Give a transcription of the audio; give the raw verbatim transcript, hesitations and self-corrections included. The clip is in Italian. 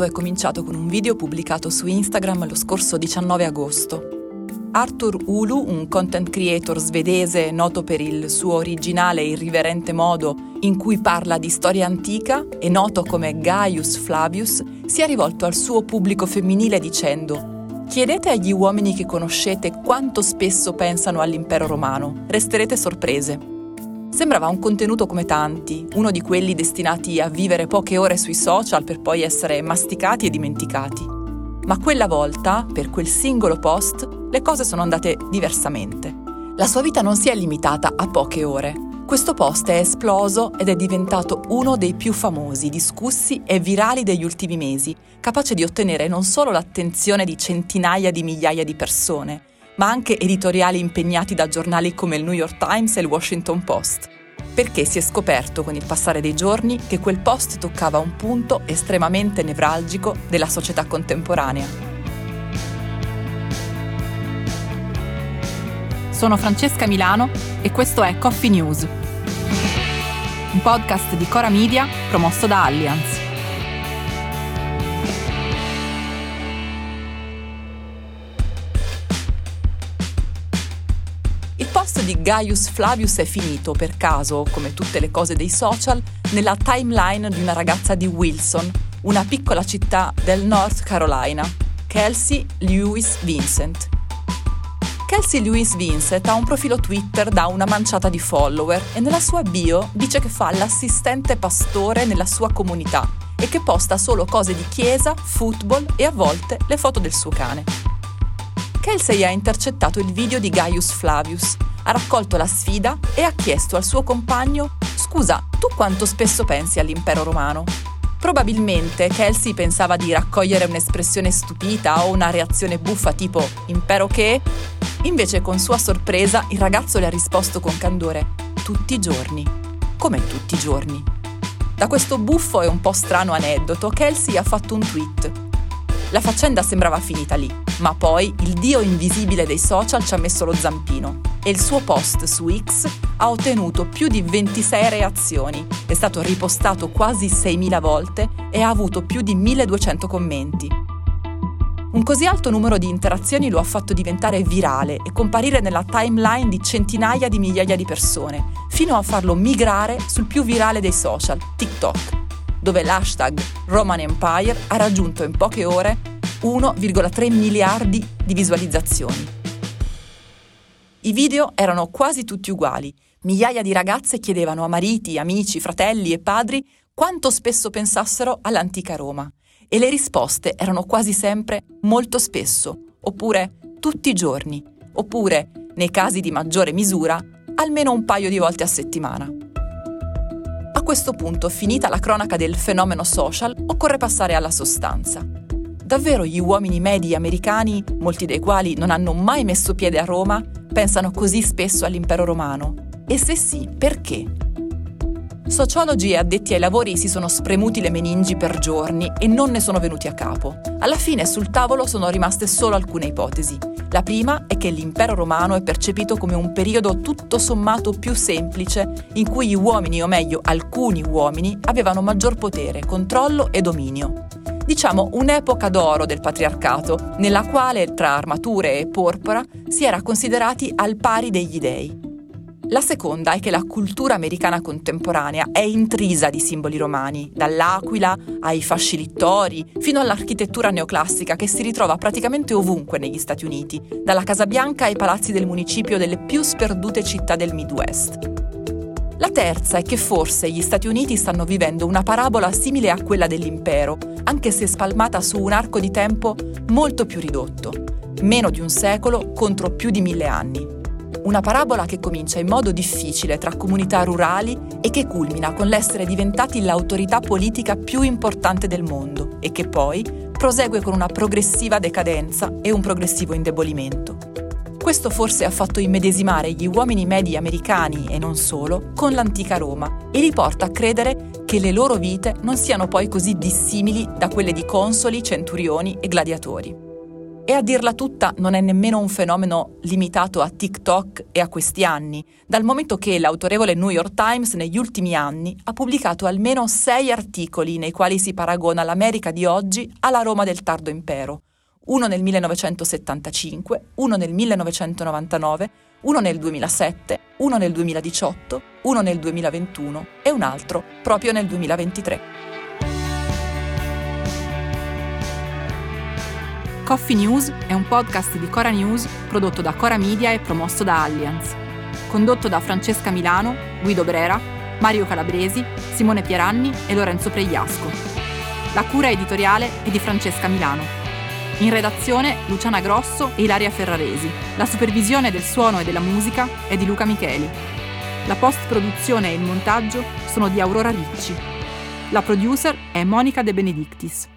è cominciato con un video pubblicato su Instagram lo scorso diciannove agosto. Arthur Ulu, un content creator svedese noto per il suo originale e irriverente modo in cui parla di storia antica e noto come Gaius Flavius, si è rivolto al suo pubblico femminile dicendo: «Chiedete agli uomini che conoscete quanto spesso pensano all'impero romano, resterete sorprese». Sembrava un contenuto come tanti, uno di quelli destinati a vivere poche ore sui social per poi essere masticati e dimenticati. Ma quella volta, per quel singolo post, le cose sono andate diversamente. La sua vita non si è limitata a poche ore. Questo post è esploso ed è diventato uno dei più famosi, discussi e virali degli ultimi mesi, capace di ottenere non solo l'attenzione di centinaia di migliaia di persone, ma anche editoriali impegnati da giornali come il New York Times e il Washington Post. Perché si è scoperto con il passare dei giorni che quel post toccava un punto estremamente nevralgico della società contemporanea. Sono Francesca Milano e questo è Coffee News, un podcast di Cora Media promosso da Allianz. Il post di Gaius Flavius è finito, per caso, come tutte le cose dei social, nella timeline di una ragazza di Wilson, una piccola città del North Carolina, Kelsey Lewis Vincent. Kelsey Lewis Vincent ha un profilo Twitter da una manciata di follower e nella sua bio dice che fa l'assistente pastore nella sua comunità e che posta solo cose di chiesa, football e a volte le foto del suo cane. Kelsey ha intercettato il video di Gaius Flavius, ha raccolto la sfida e ha chiesto al suo compagno: «Scusa, tu quanto spesso pensi all'impero romano?» Probabilmente Kelsey pensava di raccogliere un'espressione stupita o una reazione buffa tipo «Impero che?». Invece, con sua sorpresa, il ragazzo le ha risposto con candore: «Tutti i giorni». Come tutti i giorni? Da questo buffo e un po' strano aneddoto, Kelsey ha fatto un tweet. La faccenda sembrava finita lì, ma poi il dio invisibile dei social ci ha messo lo zampino e il suo post su X ha ottenuto più di ventisei reazioni, è stato ripostato quasi seimila volte e ha avuto più di milleduecento commenti. Un così alto numero di interazioni lo ha fatto diventare virale e comparire nella timeline di centinaia di migliaia di persone, fino a farlo migrare sul più virale dei social, TikTok, dove l'hashtag Roman Empire ha raggiunto in poche ore uno virgola tre miliardi di visualizzazioni. I video erano quasi tutti uguali. Migliaia di ragazze chiedevano a mariti, amici, fratelli e padri quanto spesso pensassero all'antica Roma. E le risposte erano quasi sempre molto spesso, oppure tutti i giorni, oppure, nei casi di maggiore misura, almeno un paio di volte a settimana. A questo punto, finita la cronaca del fenomeno social, occorre passare alla sostanza. Davvero gli uomini medi americani, molti dei quali non hanno mai messo piede a Roma, pensano così spesso all'impero romano? E se sì, perché? Sociologi e addetti ai lavori si sono spremuti le meningi per giorni e non ne sono venuti a capo. Alla fine sul tavolo sono rimaste solo alcune ipotesi. La prima è che l'impero romano è percepito come un periodo tutto sommato più semplice in cui gli uomini, o meglio alcuni uomini, avevano maggior potere, controllo e dominio. Diciamo un'epoca d'oro del patriarcato, nella quale tra armature e porpora si era considerati al pari degli dei. La seconda è che la cultura americana contemporanea è intrisa di simboli romani, dall'aquila ai fasci littori, fino all'architettura neoclassica che si ritrova praticamente ovunque negli Stati Uniti, dalla Casa Bianca ai palazzi del municipio delle più sperdute città del Midwest. La terza è che forse gli Stati Uniti stanno vivendo una parabola simile a quella dell'impero, anche se spalmata su un arco di tempo molto più ridotto, meno di un secolo contro più di mille anni. Una parabola che comincia in modo difficile tra comunità rurali e che culmina con l'essere diventati l'autorità politica più importante del mondo e che poi prosegue con una progressiva decadenza e un progressivo indebolimento. Questo forse ha fatto immedesimare gli uomini medi americani, e non solo, con l'antica Roma e li porta a credere che le loro vite non siano poi così dissimili da quelle di consoli, centurioni e gladiatori. E a dirla tutta non è nemmeno un fenomeno limitato a TikTok e a questi anni, dal momento che l'autorevole New York Times negli ultimi anni ha pubblicato almeno sei articoli nei quali si paragona l'America di oggi alla Roma del tardo impero. Uno nel millenovecentosettantacinque, uno nel millenovecentonovantanove, uno nel duemilasette, uno nel duemiladiciotto, uno nel duemilaventuno e un altro proprio nel duemilaventitré. Coffee News è un podcast di Cora News prodotto da Cora Media e promosso da Allianz. Condotto da Francesca Milano, Guido Brera, Mario Calabresi, Simone Pieranni e Lorenzo Pregliasco. La cura editoriale è di Francesca Milano. In redazione Luciana Grosso e Ilaria Ferraresi. La supervisione del suono e della musica è di Luca Micheli. La post-produzione e il montaggio sono di Aurora Ricci. La producer è Monica De Benedictis.